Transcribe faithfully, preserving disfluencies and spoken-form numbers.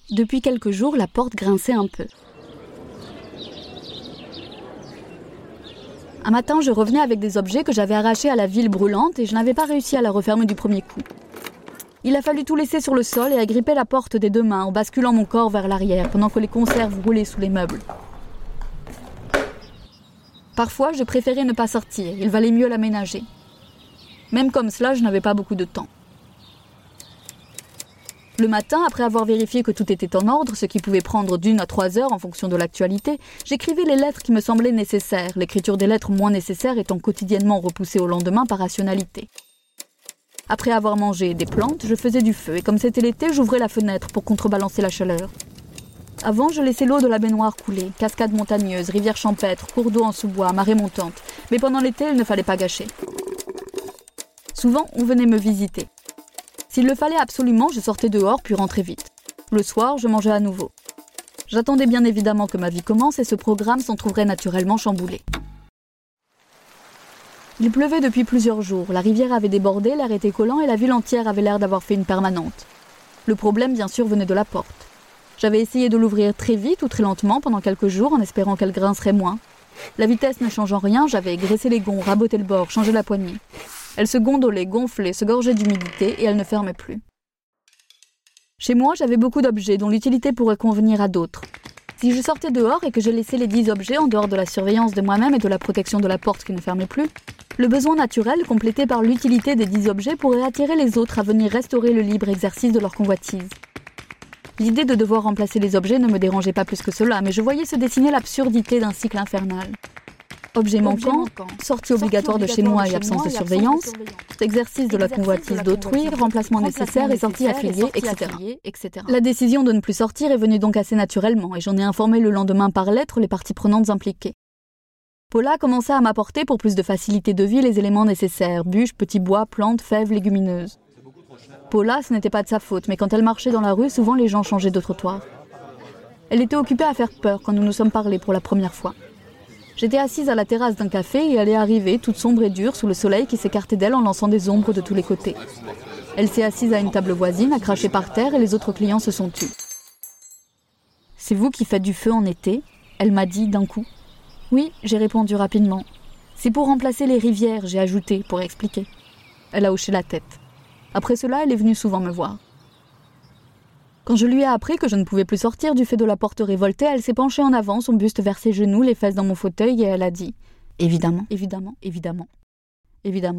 Depuis quelques jours, la porte grinçait un peu. Un matin, je revenais avec des objets que j'avais arrachés à la ville brûlante et je n'avais pas réussi à la refermer du premier coup. Il a fallu tout laisser sur le sol et agripper la porte des deux mains en basculant mon corps vers l'arrière pendant que les conserves roulaient sous les meubles. Parfois, je préférais ne pas sortir, il valait mieux l'aménager. Même comme cela, je n'avais pas beaucoup de temps. Le matin, après avoir vérifié que tout était en ordre, ce qui pouvait prendre d'une à trois heures en fonction de l'actualité, j'écrivais les lettres qui me semblaient nécessaires, l'écriture des lettres moins nécessaires étant quotidiennement repoussée au lendemain par rationalité. Après avoir mangé des plantes, je faisais du feu et comme c'était l'été, j'ouvrais la fenêtre pour contrebalancer la chaleur. Avant, je laissais l'eau de la baignoire couler, cascade montagneuse, rivière champêtre, cours d'eau en sous-bois, marée montante. Mais pendant l'été, il ne fallait pas gâcher. Souvent, on venait me visiter. S'il le fallait absolument, je sortais dehors puis rentrais vite. Le soir, je mangeais à nouveau. J'attendais bien évidemment que ma vie commence et ce programme s'en trouverait naturellement chamboulé. Il pleuvait depuis plusieurs jours, la rivière avait débordé, l'air était collant et la ville entière avait l'air d'avoir fait une permanente. Le problème, bien sûr, venait de la porte. J'avais essayé de l'ouvrir très vite ou très lentement pendant quelques jours en espérant qu'elle grincerait moins. La vitesse ne changeant rien, j'avais graissé les gonds, raboté le bord, changé la poignée. Elle se gondolait, gonflait, se gorgeait d'humidité et elle ne fermait plus. Chez moi, j'avais beaucoup d'objets dont l'utilité pourrait convenir à d'autres. Si je sortais dehors et que je laissais les dix objets en dehors de la surveillance de moi-même et de la protection de la porte qui ne fermait plus, le besoin naturel, complété par l'utilité des dix objets, pourrait attirer les autres à venir restaurer le libre exercice de leur convoitise. L'idée de devoir remplacer les objets ne me dérangeait pas plus que cela, mais je voyais se dessiner l'absurdité d'un cycle infernal. Objet manquant, sortie obligatoire de chez moi et absence de surveillance, exercice de la convoitise d'autrui, remplacement nécessaire et sortie affiliée, et cetera. La décision de ne plus sortir est venue donc assez naturellement et j'en ai informé le lendemain par lettre les parties prenantes impliquées. Paula commença à m'apporter pour plus de facilité de vie les éléments nécessaires, bûches, petits bois, plantes, fèves, légumineuses. Paula, ce n'était pas de sa faute, mais quand elle marchait dans la rue, souvent les gens changeaient de trottoir. Elle était occupée à faire peur quand nous nous sommes parlé pour la première fois. J'étais assise à la terrasse d'un café et elle est arrivée, toute sombre et dure, sous le soleil qui s'écartait d'elle en lançant des ombres de tous les côtés. Elle s'est assise à une table voisine, a craché par terre et les autres clients se sont tus. « C'est vous qui faites du feu en été ?» Elle m'a dit d'un coup. « Oui, j'ai répondu rapidement. C'est pour remplacer les rivières, j'ai ajouté, pour expliquer. » Elle a hoché la tête. Après cela, elle est venue souvent me voir. Quand je lui ai appris que je ne pouvais plus sortir du fait de la porte révoltée, elle s'est penchée en avant, son buste vers ses genoux, les fesses dans mon fauteuil, et elle a dit « Évidemment, évidemment, évidemment, évidemment. »